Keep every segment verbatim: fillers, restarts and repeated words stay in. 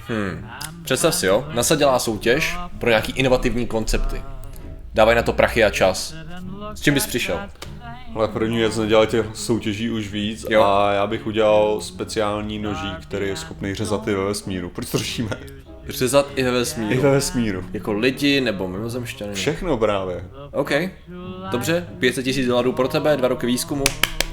Hmm. Představ si, jo, NASA dělá soutěž pro nějaký inovativní koncepty. Dávaj na to prachy a čas. S čím bys přišel? Ale první věc, nedělá těch soutěží už víc Jo. a já bych udělal speciální nožík, který je schopný řezat i ve vesmíru. Proč to řešíme? Řezat i ve vesmíru. I ve vesmíru. Jako lidi nebo mimozemšťany. Všechno právě. OK, dobře, pět set tisíc dolarů pro tebe, dva roky výzkumu.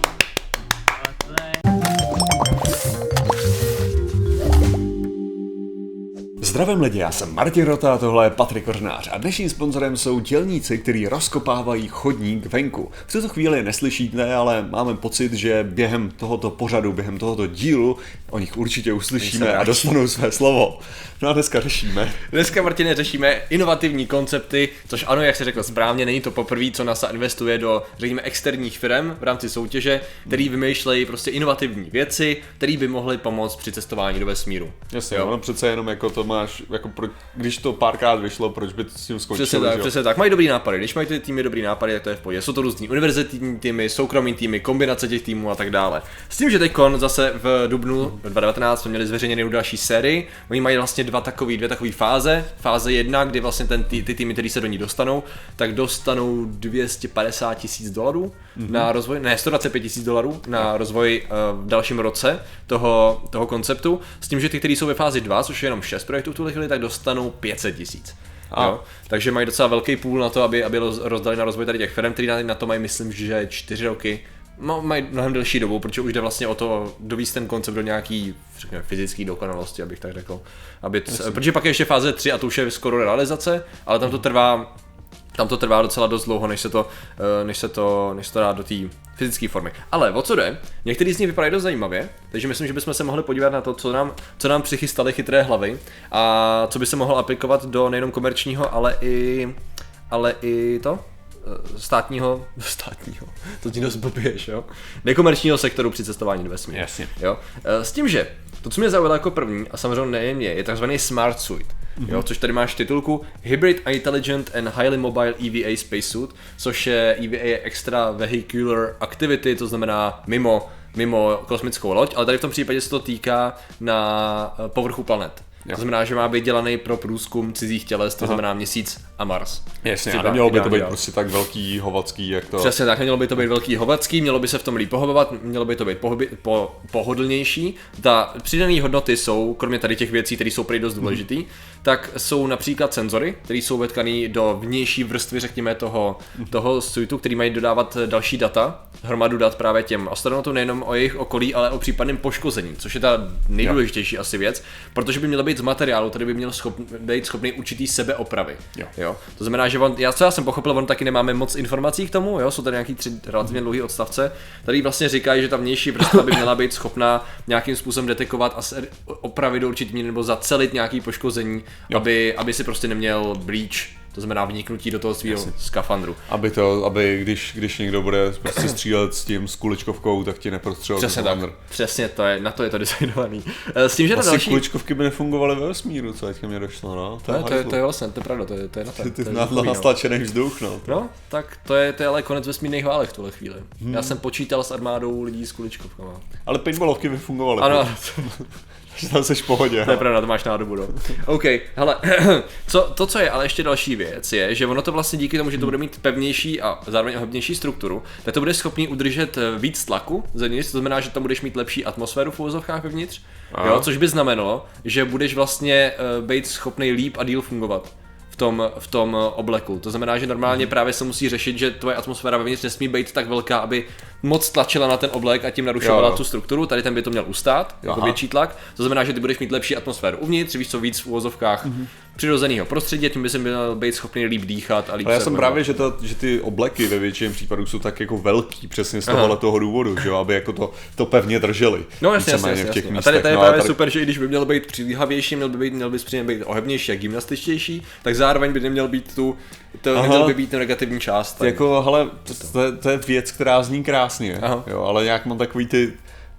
Zdravím lidi, já jsem Martin Rota a tohle je Patrik Kořnář a dnešním sponzorem jsou dělníci, kteří rozkopávají chodník venku. V tuto chvíli neslyšíte, ale máme pocit, že během tohoto pořadu, během tohoto dílu o nich určitě uslyšíme a dostanou své slovo. No a dneska řešíme. Dneska, Martine, řešíme inovativní koncepty, což ano, jak jsi řekl správně, není to poprvé, co NASA investuje do, řekněme, externích firm v rámci soutěže, který vymýšlejí prostě inovativní věci, které by mohly pomoct při cestování do vesmíru. Jasně, ono přece jenom jako to máš, jako pro, když to párkrát vyšlo, proč by s tím skončilo? Přesně tak, přesně tak, mají dobrý nápady, když mají ty týmy dobrý nápady, tak to je v pohodě. Jsou to různý univerzitní týmy, soukromý týmy, kombinace těch týmů a tak dále. S tím, že teďkon zase v dubnu dva tisíce devatenáct jsme měli zveřejněnou další sérii, oni mají vlastně dva takový, dvě takové fáze. Fáze jedna, kdy vlastně ten, ty, ty týmy, které se do ní dostanou, tak dostanou dvě stě padesát tisíc dolarů mm-hmm. na rozvoj, ne, sto dvacet pět tisíc dolarů na rozvoj uh, v dalším roce toho, toho konceptu. S tím, že ty, kteří jsou ve fázi dva, což je jenom šest projektů v tuhle chvíli, tak dostanou pět set tisíc. Jo? Takže mají docela velký půl na to, aby, aby rozdali na rozvoj tady těch firm, který na, na to mají, myslím, že čtyři roky. Mají mnohem delší dobu, protože už jde vlastně o to dovíst ten koncept do nějaký, řekněme, fyzické dokonalosti, abych tak řekl. Aby t- protože pak je ještě fáze tři a to už je skoro realizace, ale tam to trvá, tam to trvá docela dost dlouho, než se to, než se to, než se to dá do té fyzické formy. Ale o co jde? Některý z nich vypadají dost zajímavě, takže myslím, že bychom se mohli podívat na to, co nám, co nám přichystali chytré hlavy a co by se mohlo aplikovat do nejenom komerčního, ale i, ale i to. státního, státního, to ti dost blběš, jo? Nekomerčního sektoru při cestování do vesmíru. Jasně. Jo? S tím, že to, co mě zaujalo jako první, a samozřejmě nejen mě, je takzvaný Smart Suit, mm-hmm. jo? Což tady máš titulku Hybrid Intelligent and Highly Mobile E V A Spacesuit, což je E V A je Extra Vehicular Activity, to znamená mimo, mimo kosmickou loď, ale tady v tom případě se to týká na povrchu planet. Jo. To znamená, že má být dělaný pro průzkum cizích těles, to Aha. znamená Měsíc a Mars. Jasně, a nemělo by to být dělat. Prostě tak velký hovacký, jak to... Přesně tak, nemělo by to být velký hovacký, mělo by se v tom líp pohybovat, mělo by to být pohobi, po, pohodlnější. Ta přidané hodnoty jsou, kromě tady těch věcí, které jsou prý dost důležitý, hmm. tak jsou například senzory, které jsou vetkaný do vnější vrstvy, řekněme, toho, toho suitu, který mají dodávat další data, hromadu dat právě těm astronautům, nejenom o jejich okolí, ale o případném poškození, což je ta nejdůležitější jo. asi věc, protože by mělo být z materiálu, který by měl schop, být schopný určitý sebeopravy. Jo. Jo. To znamená, že on, já, co já jsem pochopil, on taky nemáme moc informací k tomu, jo? Jsou tady nějaký tři relativně dlouhý odstavce, tady vlastně říkají, že ta vnější vrstva by měla být schopná nějakým způsobem detekovat a se, opravit do určitý míry nebo zacelit nějaký poškození, aby, aby si prostě neměl breach. To znamená vniknutí do toho svého skafandru. Aby to, aby když, když někdo bude prostě střílet s tím s kuličkovkou, tak ti neprostřelil Přesně tak, přesně, to je, na to je to designovaný. S tím, že asi další... kuličkovky by nefungovaly ve vesmíru, co teďka mě došlo, no. To, to, je, to je vlastně, to je pravda, to je, to je na to. Ty nastlačený vzduch, no. No, tak to je, to je ale konec vesmírných válek v tuhle chvíli. Hmm. Já jsem počítal s armádou lidí s kuličkovkama. Ale paintballovky by fungovaly. Ano. Takže tam seš v pohodě. To je pravda, to máš nádobu, no. OK, hele, co, to, co je ale ještě další věc, je, že ono to vlastně díky tomu, že to bude mít pevnější a zároveň pevnější strukturu, tak to bude schopný udržet víc tlaku zevnitř, to znamená, že tam budeš mít lepší atmosféru v uvozovkách vevnitř, jo, což by znamenalo, že budeš vlastně uh, být schopný líp a díl fungovat. V tom, v tom obleku. To znamená, že normálně právě se musí řešit, že tvoje atmosféra vevnitř nesmí být tak velká, aby moc tlačila na ten oblek a tím narušovala jo, jo. tu strukturu. Tady ten by to měl ustát, jako větší tlak. To znamená, že ty budeš mít lepší atmosféru uvnitř, víš co víc v uvozovkách mm-hmm. přirozeného prostředí, tím by se měl být schopný líp dýchat a líp. Ale já jsem právě, že, to, že ty obleky ve většině případů jsou tak jako velký přesně z tohohle toho důvodu, že jo, aby jako to, to pevně drželi. No jasně, jasně, jasně, jasně. A tady, tady je no, právě tady... super, že i když by měl být přilíhavější, měl by být, měl by přímě být ohebnější a gymnastičtější, tak zároveň by neměl být tu, to neměl by být tu negativní část. Jako, hele, to, to, to je věc, která zní krásně, jo, ale nějak mám takový ty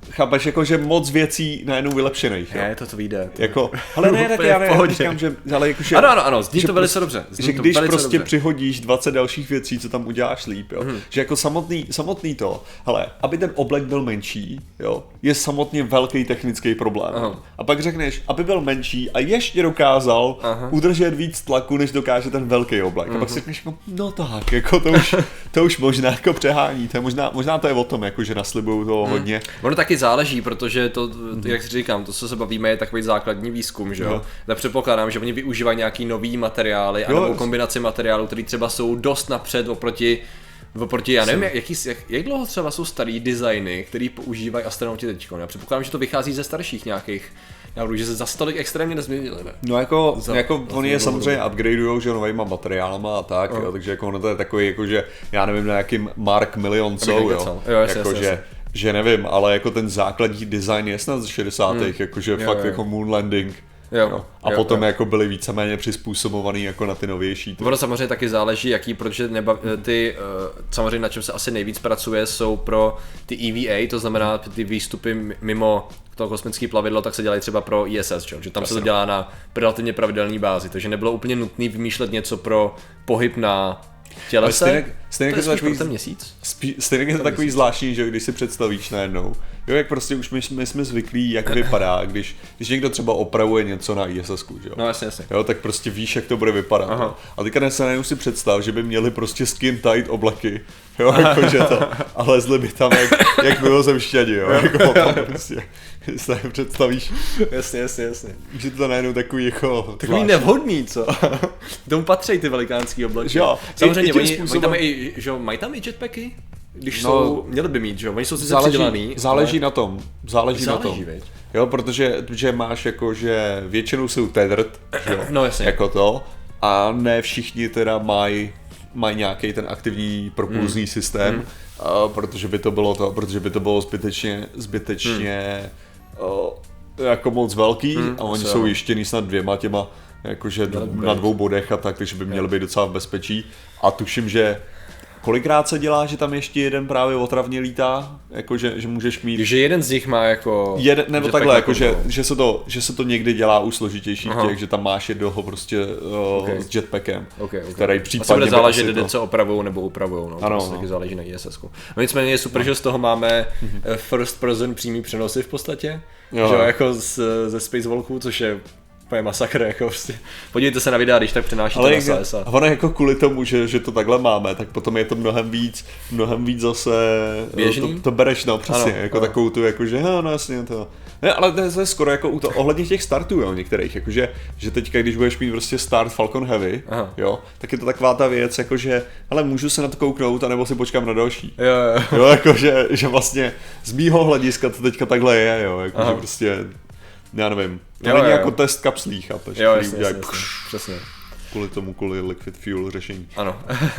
chápeš, jako, že moc věcí najednou vylepšených. Ne, to to vyjde. Jako, ale ne, tak já ne, říkám, že, ale jako, že, ano, ano, ano, zní že to velice prostě, dobře. Zní že to když velice prostě dobře. přihodíš dvacet dalších věcí, co tam uděláš líp, jo, hmm. že jako samotný, samotný to, hele, aby ten oblek byl menší, jo, je samotně velký technický problém. Aha. A pak řekneš, aby byl menší a ještě dokázal Aha. udržet víc tlaku, než dokáže ten velký oblek. Aha. A pak si řekneš, jako, no tak, jako to už, to už možná jako přehání, to je možná, možná to je o tom, jako, že naslibují toho hmm. hodně. Ono taky záleží, protože to, jak si říkám, to, co se bavíme, je takový základní výzkum, že jo. No. Tak předpokládám, že oni využívají nějaký nový materiály, anebo kombinaci materiálů, které třeba jsou dost napřed oproti Oproti, já nevím, jaký, jak, jak dlouho třeba jsou starý designy, který používají astronauti teďko. Já předpokládám, že to vychází ze starších nějakých, já budu, že se zase tolik extrémně nezměnili, ne? No jako, za, jako oni je samozřejmě upgradeujou, že novýma materiálama a tak, uh. jo, takže jako ono to je takový, jako že já nevím, na jakým Mark milion jsou, jo, jo jasně, jako jasně, že, jasně. že nevím, ale jako ten základní design je snad z šedesátých Hmm. jakože jo, fakt jo. jako moon landing. Jo, no. A jo, potom jo. jako byly víceméně přizpůsobovaný jako na ty novější. Ono samozřejmě taky záleží, jaký, protože nebav, ty, samozřejmě na čem se asi nejvíc pracuje, jsou pro ty E V A, to znamená ty výstupy mimo to kosmické plavidlo, tak se dělají třeba pro I S S, že, že tam Jasně. se to dělá na relativně pravidelné bázi, takže nebylo úplně nutné vymýšlet něco pro pohyb na tělese. Stejně, stejně to je to takový, ten měsíc. Spí, stejně je to takový zvláštní, že když si představíš najednou, jo, jak prostě už my, my jsme zvyklí, jak vypadá, když, když někdo třeba opravuje něco na I S S ku, jo. No jasně, jasně. Jo, tak prostě víš, jak to bude vypadat. Aha. A teďka se najednou si představ, že by měli prostě skin tight obleky, jo, jakože to, a lezli by tam jak, jak mimozemšťani, jo, jako potom prostě. Si představíš. Jasně, jasně, jasně. Že to najednou takový jako... Takový zvláštní. Nevhodný, co? K tomu patří ty velikánský obleky. Jo. Samozřejmě, i, i oni, způsobem... oni tam i, že mají tam i jetpacky? Když no, jsou, měli by mít, že jo? Oni jsou sice předělaný. Záleží ale... na tom, záleží, záleží na tom. Veď. Jo, protože že máš jako, že většinou jsou tethered, že jo? No jasně. Jako to. A ne všichni teda mají mají nějaký ten aktivní propulzní hmm. systém, hmm. A, protože by to bylo to, protože by to bylo zbytečně, zbytečně hmm. o, jako moc velký hmm. a oni so. jsou jištěný snad dvěma těma, jakože na dvou bodech a tak, takže by měli být docela v bezpečí. A tuším, že kolikrát se dělá, že tam ještě jeden právě otravně lítá, jakože že můžeš mít... Že jeden z nich má jako... Jeden, nebo takhle, jako že, že, se to, že se to někdy dělá u složitějších těch, že tam máš jednoho prostě okay. uh, s jetpackem, okay, okay. který případně... Asi bude záležet, jde co opravujou nebo upravujou, no, ano, to no. taky záleží na I S S ku. No nicméně je super, no. že z toho máme first person přímý přenosy v podstatě, jo. že jako z, ze Spacewalku, což je je masakr, jako prostě. Podívejte se na videa, když tak přenáší to na S A S. A ono jako kvůli tomu, že, že to takhle máme, tak potom je to mnohem víc, mnohem víc zase... Běžný? To, to bereš, no přesně, ano, jako ano. takovou tu, jako že no jasně to... Ne, ale to je skoro jako u to, ohledně těch startů, jo, některých, jakože, že teďka, když budeš mít prostě start Falcon Heavy, Aha. jo, tak je to taková ta věc, jakože, hele, můžu se na to kouknout, anebo si počkám na další. Jo, jo. jo jakože, že vlastně z mýho hlediska to teďka takhle je, jo, jakože prostě... Já nevím, to jo, není jo. jako test kapslí, chápeš? Jo, jasně, jasně, jasně, přesně. Kvůli tomu, kvůli liquid fuel řešení. Ano.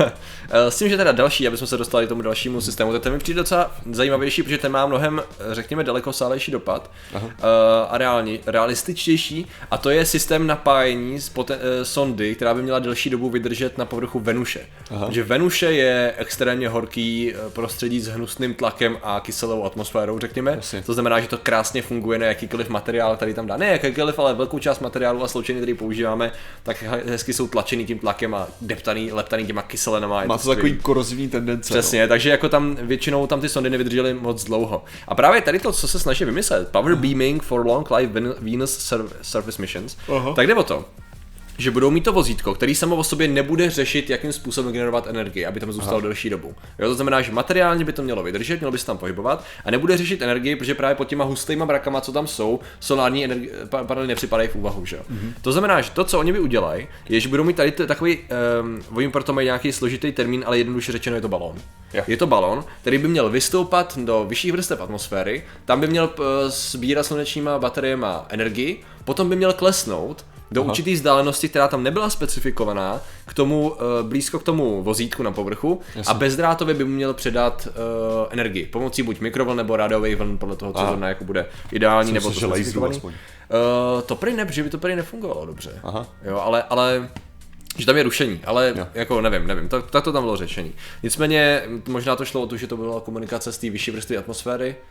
S tím, že teda další, aby jsme se dostali k tomu dalšímu systému, tak ten mi přijde docela zajímavější, protože ten má mnohem, řekněme, dalekosálejší dopad Aha. a reální, realističtější, a to je systém napájení z poten- sondy, která by měla delší dobu vydržet na povrchu Venuše. Aha. Protože Venuše je extrémně horký prostředí s hnusným tlakem a kyselou atmosférou, řekněme. Jasně. To znamená, že to krásně funguje na jakýkoliv materiál, který tam dá. Ne jakýkoliv, ale velkou část materiálu a sloučení, který používáme, tak hezky jsou tlačený tím tlakem a deptaný, leptaný těma kyselinama. Má to takový korozivní tendence. Přesně, no. Takže jako tam většinou tam ty sondy nevydržely moc dlouho. A právě tady to, co se snaží vymyslet, Power Beaming for Long Life Venus Surface Missions, uh-huh. tak jde o to, že budou mít to vozítko, který samo o sobě nebude řešit, jakým způsobem generovat energii, aby tam zůstalo Aha. delší dobu. Jo, to znamená, že materiálně by to mělo vydržet, mělo by se tam pohybovat a nebude řešit energii, protože právě pod těma hustýma mrakama, co tam jsou, solární energi- panely nepřipadají v úvahu, že jo. Mm-hmm. To znamená, že to, co oni by udělají, je, že budou mít tady t- takový, um, oni proto mají nějaký složitý termín, ale jednoduše řečeno je to balón. Yeah. Je to balón, který by měl vystoupat do vyšších vrstev atmosféry, tam by měl uh, sbírat slunečníma bateriema energii, potom by měl klesnout do Aha. určitý vzdálenosti, která tam nebyla specifikovaná, k tomu e, blízko k tomu vozítku na povrchu Jasně. a bezdrátově by mu měl předat e, energii pomocí buď mikrovln nebo rádiových vln, podle toho, co zrovna jako bude ideální Jsem nebo to specifikovaný. E, to prý ne, že by to prý nefungovalo dobře. Aha. Jo, ale, ale že tam je rušení, ale jo. jako nevím, nevím, tak, tak to tam bylo řešení. Nicméně možná to šlo o to, že to byla komunikace z té vyšší vrstvy atmosféry,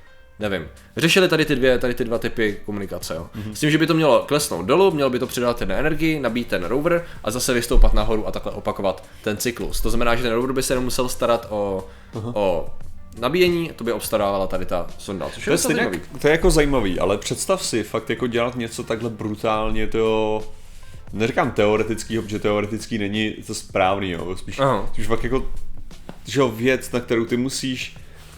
nevím, řešili tady ty dvě, tady ty dva typy komunikace, jo. Mm-hmm. S tím, že by to mělo klesnout dolů, mělo by to přidat ten energii, nabít ten rover a zase vystoupat nahoru a takhle opakovat ten cyklus. To znamená, že ten rover by se nemusel starat o, uh-huh. o nabíjení, to by obstarávala tady ta sonda. Což to, je stejně, to je jako zajímavý, ale představ si fakt jako dělat něco takhle brutálně, to neříkám teoretický, protože teoretický není to správný, jo, spíš, spíš fakt jako že věc, na kterou ty musíš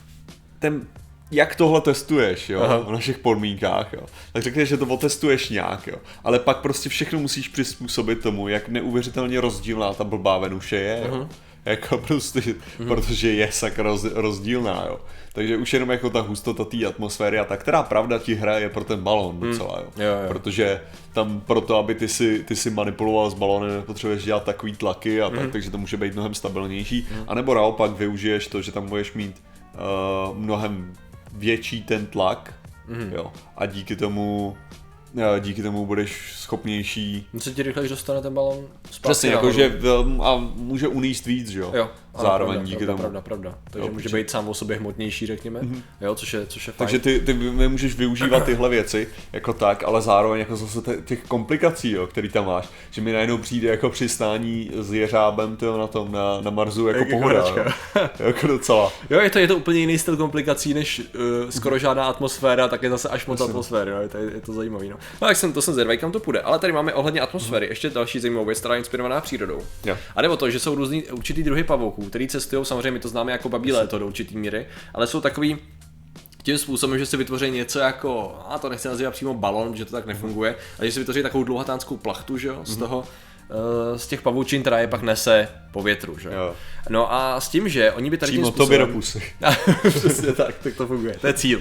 ten, jak tohle testuješ, jo, Aha. v našich podmínkách, jo, tak řekneš, že to otestuješ nějak, jo, ale pak prostě všechno musíš přizpůsobit tomu, jak neuvěřitelně rozdílná ta blbá Venuše je, jo. Uh-huh. Jako prostě, uh-huh. protože je sakra roz, rozdílná, jo. Takže už jenom jako ta hustota té atmosféry a ta, která pravda ti hraje pro ten balón docela, jo. Jo, jo. Protože tam proto, aby ty si, ty si manipuloval s balónem, potřebuješ dělat takový tlaky a tak, uh-huh. takže to může být mnohem stabilnější. Uh-huh. A nebo naopak využiješ to, že tam budeš mít uh, mnohem větší ten tlak, uh-huh. jo. A díky tomu díky tomu budeš schopnější. Co ti rychleji dostane ten balon zpátky. Přesně, jakože a může uníst víc, že jo? Jo. Zároveň pravda, díky pravda, tomu. Pravda, pravda. Takže jo, může být sám o sobě hmotnější, řekněme. Mm-hmm. Jo, což je, což je fajn. Takže ty, ty můžeš využívat tyhle věci jako tak, ale zároveň jako zase těch komplikací, jo, který tam máš, že mi najednou přijde jako přistání s jeřábem tyjo, na tom, na, na Marsu jako, jako pohoda. Jo. Jako docela. Jo, je to, je to úplně jiný styl komplikací, než uh, skoro žádná atmosféra, tak je zase až moc atmosféry, jo, je to, je to zajímavý. No, no tak jsem, to jsem zvědavý, kam to půjde. Ale tady máme ohledně atmosféry ještě další zajímavou věc, která je inspirovaná přírodou. Jo. A jde o to, že jsou různý určitý druhy pavouků, který cestují, samozřejmě my to známe jako babí léto do určitý míry, ale jsou takový tím způsobem, že si vytvoří něco jako, a to nechci nazývat přímo balon, že to tak nefunguje, ale že si vytvoří takovou dlouhatánskou plachtu, že jo, z toho, z těch pavučin, která je pak nese po větru, že jo. No a s tím, že oni by tady přímo tím způsobem... tobě do pusy. Přesně tak, tak to funguje, to je cíl.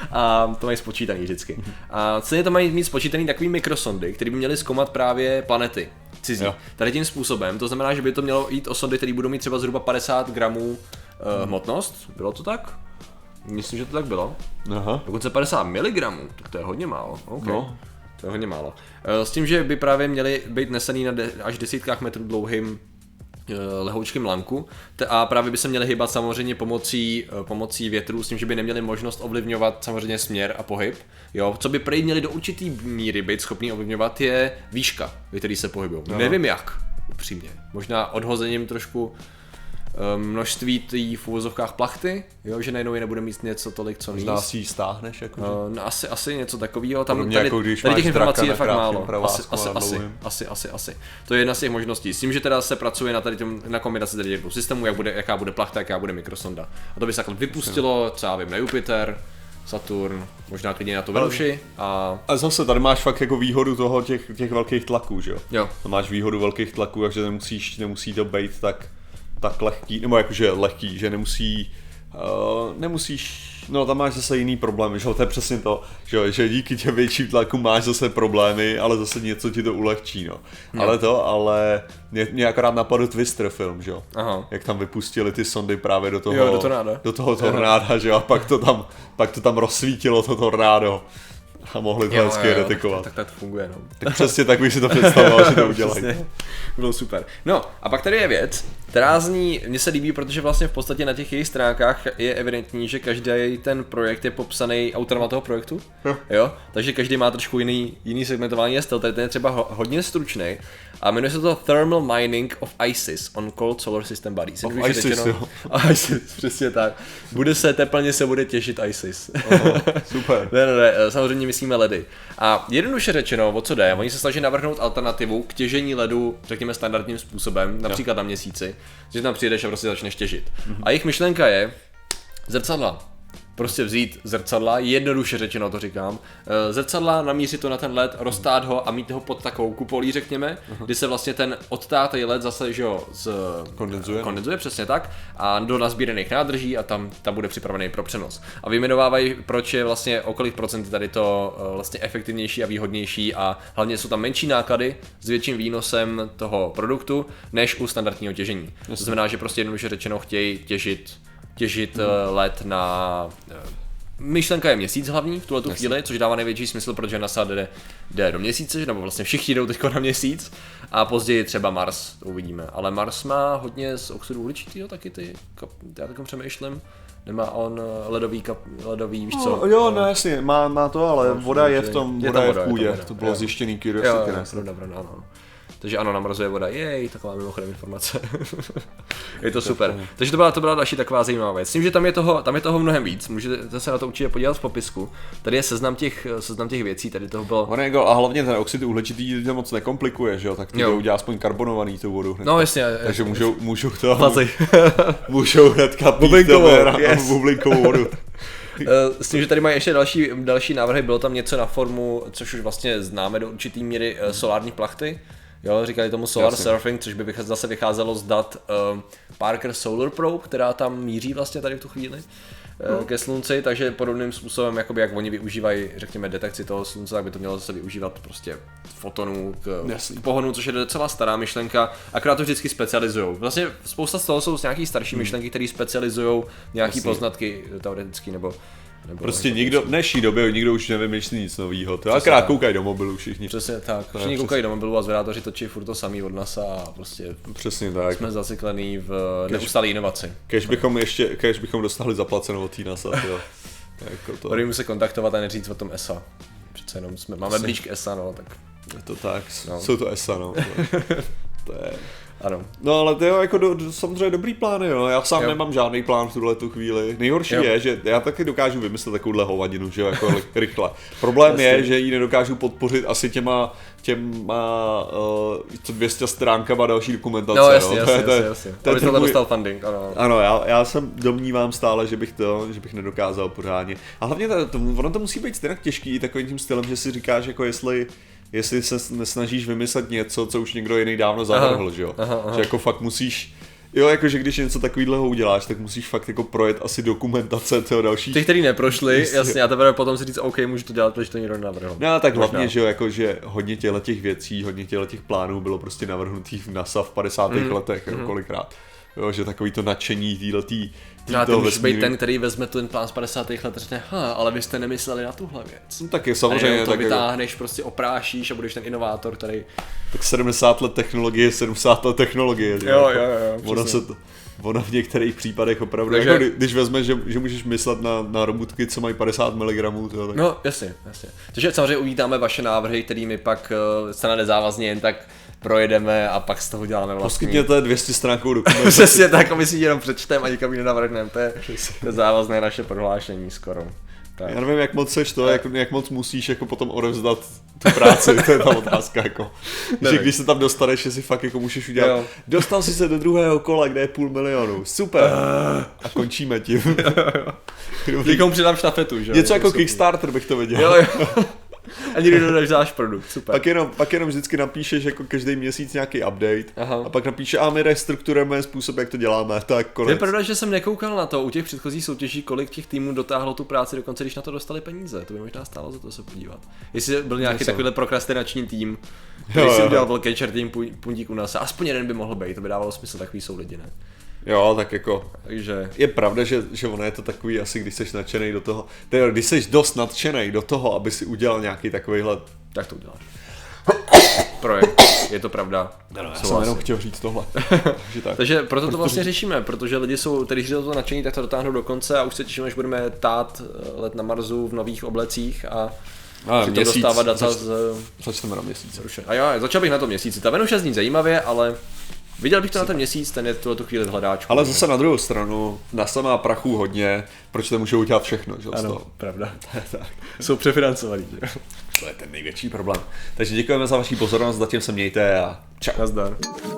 A to mají spočítaný vždycky. A stejně to mají mít spočítaný takový mikrosondy, které by měly zkoumat právě planety cizí. Jo. Tady tím způsobem, to znamená, že by to mělo jít o sondy, které budou mít třeba zhruba padesát gramů uh, hmotnost, bylo to tak? Myslím, že to tak bylo. Aha. Dokonce padesát miligramů, tak to je hodně málo. Okay. No. To je hodně málo. S tím, že by právě měly být nesený na de- až desítkách metrů dlouhým lehoučkým lanku a právě by se měly hýbat samozřejmě pomocí, pomocí větru, s tím, že by neměli možnost ovlivňovat samozřejmě směr a pohyb. Jo, co by prý měli do určitý míry být schopný ovlivňovat je výška, ve který se pohybují. No. Nevím jak, upřímně. Možná odhozením trošku množství tý v uvozovkách plachty, jo, že najednou je nebude mít něco tolik, co možná si ji stáhneš, jako uh, no, asi, asi něco takového, tam tady, jako, tady těch informací je fakt málo, asi, asi, asi, asi, asi, asi, to je jedna z těch možností, s tím, že teda se pracuje na, tady těm, na kombinaci tady těch dvou systémů, jak bude, jaká bude plachta, jaká bude mikrosonda, a to by se takhle vypustilo, třeba vím, na Jupiter, Saturn, možná klidně na tu Venuši a... A zase tady máš fakt jako výhodu toho těch, těch velkých tlaků, že jo? Jo. Máš výhodu velkých tlaků, takže nemusíš, nemusí to být tak tak lehký, nebo jakože lehký, že nemusí, uh, nemusíš, no tam máš zase jiný problém, že to je přesně to, že, že díky těm větším tlakům máš zase problémy, ale zase něco ti to ulehčí, no. no. Ale to, ale mě, mě akorát napadl Twister film, že jo, jak tam vypustili ty sondy právě do toho, jo, do tornáda, do toho tornáda, že jo, a pak to tam, pak to tam rozsvítilo to tornádo. A mohli to hezky detekovat. Tak, tak to funguje, no. Tak přesně tak bych si to představoval, že to udělají. Bylo super. No a pak tady je věc, která zní, mně se líbí, protože vlastně v podstatě na těch jejich stránkách je evidentní, že každý ten projekt je popsaný autorem toho projektu. Jo. jo. Takže každý má trošku jiný, jiný segmentování styl, tady ten je třeba ho, hodně stručný. A jmenuje se to Thermal Mining of ISIS on Cold Solar System Bodies. Of ISIS, řečeno, jo. ISIS, přesně tak. Bude se, teplně se bude těšit ISIS. Aha, super. ne, ne, ne, samozřejmě myslíme ledy. A jednoduše řečeno, o co jde, oni se snaží navrhnout alternativu k těžení ledu, řekněme standardním způsobem, například jo. na měsíci, že tam přijdeš a prostě začneš těžit. Mm-hmm. A jejich myšlenka je zrcadla. Prostě vzít zrcadla, jednoduše řečeno to říkám, zrcadla, namířit to na ten led, roztát ho a mít ho pod takovou kupolí, řekněme, uh-huh. kdy se vlastně ten odtátej led zase, že jo, z... kondenzuje, kondenzuje, přesně tak, a do nazbíraných nádrží a tam, tam bude připravený pro přenos. A vyjmenovávají, proč je vlastně o kolik procent tady to vlastně efektivnější a výhodnější a hlavně jsou tam menší náklady s větším výnosem toho produktu, než u standardního těžení. Jasně. To znamená, že prostě jednoduše řečeno chtějí těžit těžit hmm. let na... Myšlenka je měsíc hlavní v tuhletu chvíli, což dává největší smysl, protože NASA jde, jde do měsíce, nebo vlastně všichni jdou teď na měsíc a později třeba Mars, to uvidíme. Ale Mars má hodně z oxidu uhličitého taky ty, já takom přemýšlím. Nemá on ledový, kap, ledový víš co? No, jo, no jasně, má, má to, ale no, voda je v tom, je voda je, voda, v půdě, je to, voda, to bylo jo. zjištěný Jo, Curiosity. jo, pravda, pravda, ano. Takže ano, namrazuje voda, jej, taková mimochodem informace. Je to super. Takže to byla, to byla další taková zajímavá věc. S tím, že tam je toho, tam je toho mnohem víc, můžete se na to určitě podívat v popisku. Tady je seznam těch, seznam těch věcí, tady toho bylo... On jako, a hlavně ten oxid uhličitý to moc nekomplikuje, že jo, tak ty to udělá aspoň karbonovaný tu vodu hned. No jasně. Takže můžou, můžou to, Vazy. můžou hnedka pít bublinkovou, yes. bublinkovou vodu. S tím, že tady mají ještě další, další návrhy, bylo tam něco na formu, což už vlastně známe do určitý míry, solární plachty. Jo, říkali tomu Solar Jasně. Surfing, což by zase vycházelo z dat um, Parker Solar Probe, která tam míří vlastně tady v tu chvíli no. ke slunci, takže podobným způsobem, jakoby, jak oni využívají, řekněme, detekci toho slunce, tak by to mělo zase využívat prostě fotonů k, k pohonu, což je docela stará myšlenka, akorát to vždycky specializujou. Vlastně spousta z toho jsou nějaký starší hmm. myšlenky, které specializují nějaký Jasně. poznatky teoretický nebo Nebo prostě nikdo, v dnešní době nikdo už nevymýšlí nic novýho, to akorát koukají do mobilu všichni. Přesně tak, všichni ne, koukají do mobilu a zvedátoři točí furt to samý od NASA a prostě přesně tak. Jsme zaciklený v neustálé inovaci. Kež bychom ještě, kež bychom dostali zaplacenou od té NASA, jo. Jako to. Budeme se kontaktovat a neříct o tom E S A. Přece jenom jsme, máme blíž k E S A, no, tak. Je to tak, no. Jsou to E S A, no. To je... Ano. No ale to je jako do, do, samozřejmě dobrý plány, jo. Já sám jo. nemám žádný plán v tuhle tu chvíli. Nejhorší jo. je, že já taky dokážu vymyslet takovouhle hovadinu, že jo, jako rychle. Problém je, že ji nedokážu podpořit asi těma, těma uh, dvě stě stránkama další dokumentace. No jasně, no. jasně, to je, jasně, jasně. To je, to je, to dostal funding, ano. Ano, já, já jsem domnívám stále, že bych to, že bych nedokázal pořádně. A hlavně to, to, ono to musí být stejně těžký takovým tím stylem, že si říkáš, jako jestli jestli se nesnažíš vymyslet něco, co už někdo jiný dávno zavrhl, že jo. Aha, aha. Že jako fakt musíš, jo, jakože když něco takovýhleho uděláš, tak musíš fakt jako projet asi dokumentace toho další. Ty, který neprošli, jasně, jasně a teprve potom si říct, OK, můžu to dělat, protože to někdo navrhl. No tak Možná. hlavně, že jo, jako, že hodně těchto těch věcí, hodně těchto těch plánů bylo prostě navrhnutých v NASA v padesátých mm. letech, mm. kolikrát. Jo, že takový to nadšení týhletý No a ty můžeš být ten, který vezme ten plán z padesátých let a řekne, ha, ale vy jste nemysleli na tuhle věc. No tak je samozřejmě. A to tak vytáhneš, jako... prostě oprášíš a budeš ten inovátor, který... Tak sedmdesát let technologie, sedmdesát let technologie. Jo, jo, jo, jo. Ono, se to, ono v některých případech opravdu, Takže... jako, když vezmeš, že, že můžeš myslet na, na robotky, co mají padesát miligramů. To, tak... No jasně, jasně. Takže samozřejmě uvítáme vaše návrhy, kterými pak uh, se nezávazně jen tak projedeme a pak z toho děláme vlastní. Poskytněte dvě stě stránkovou dokumentaci. Přesně tak, a my si jenom přečteme a nikam ji nenavrhneme, to je, to je závazné naše prohlášení skoro. Tak. Já nevím, jak moc seš to, jak, jak moc musíš jako potom odevzdat tu práci, to je ta otázka jako. Že když se tam dostaneš, že si fakt jako můžeš udělat, jo. Dostal si se do druhého kola, kde je půl milionu, super. A končíme tím. Někomu přidám štafetu, že jo. Něco jako Kickstarter bych to viděl. Jo, jo. A nikdy dodáš záš produkt, super. Pak jenom, pak jenom vždycky napíšeš jako každý měsíc nějaký update. Aha. A pak napíše, a my restrukturujeme způsob, jak to děláme, tak konec. Je pravda, že jsem nekoukal na to u těch předchozích soutěží, kolik těch týmů dotáhlo tu práci dokonce, když na to dostali peníze. To by možná stálo za to se podívat. Jestli byl nějaký Nesem. takovýhle prokrastinační tým, který jo, si jo. udělal velký čertým pundík u nás. Aspoň jeden by mohl být, to by dávalo smysl, takový jsou lidi, ne? Jo, tak jako, takže je pravda, že, že ono je to takový asi, když jsi nadšenej do toho, teda když jsi dost nadšenej do toho, aby si udělal nějaký takovýhle, tak to uděláš. Projekt, je to pravda. No, no, já jsem jenom chtěl říct tohle. takže, tak. takže proto to proto vlastně řešíme, protože lidi jsou, když do toho nadšení, tak to dotáhnou do konce a už se těšíme, až budeme tát let na Marsu v nových oblecích a A to dostávat data zač, z... Začneme na měsíc. A jo, začal bych na tom měsíci, ta Venuša zní zajímavě, ale viděl bych to na ten měsíc, ten je v tuhle chvíli v hledáčku. Ale zase na druhou stranu, NASA má prachu hodně, proč to můžou udělat všechno, že? Ano, pravda. tak. Jsou přefinancovaní, že? To je ten největší problém. Takže děkujeme za vaši pozornost, zatím se mějte a čau. Nazdar.